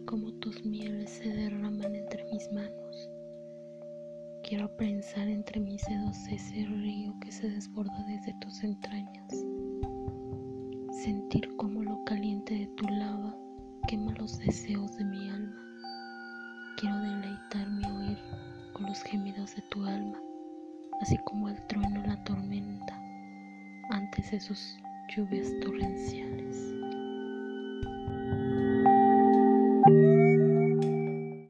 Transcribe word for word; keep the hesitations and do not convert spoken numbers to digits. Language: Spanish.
cómo tus mieles se derraman entre mis manos. Quiero prensar entre mis dedos ese río que se desborda desde tus entrañas. Sentir cómo lo caliente de tu lava quema los deseos de mi alma. Quiero deleitarme y oír con los gemidos de tu alma, así como el trueno en la tormenta antes de sus lluvias torrenciales.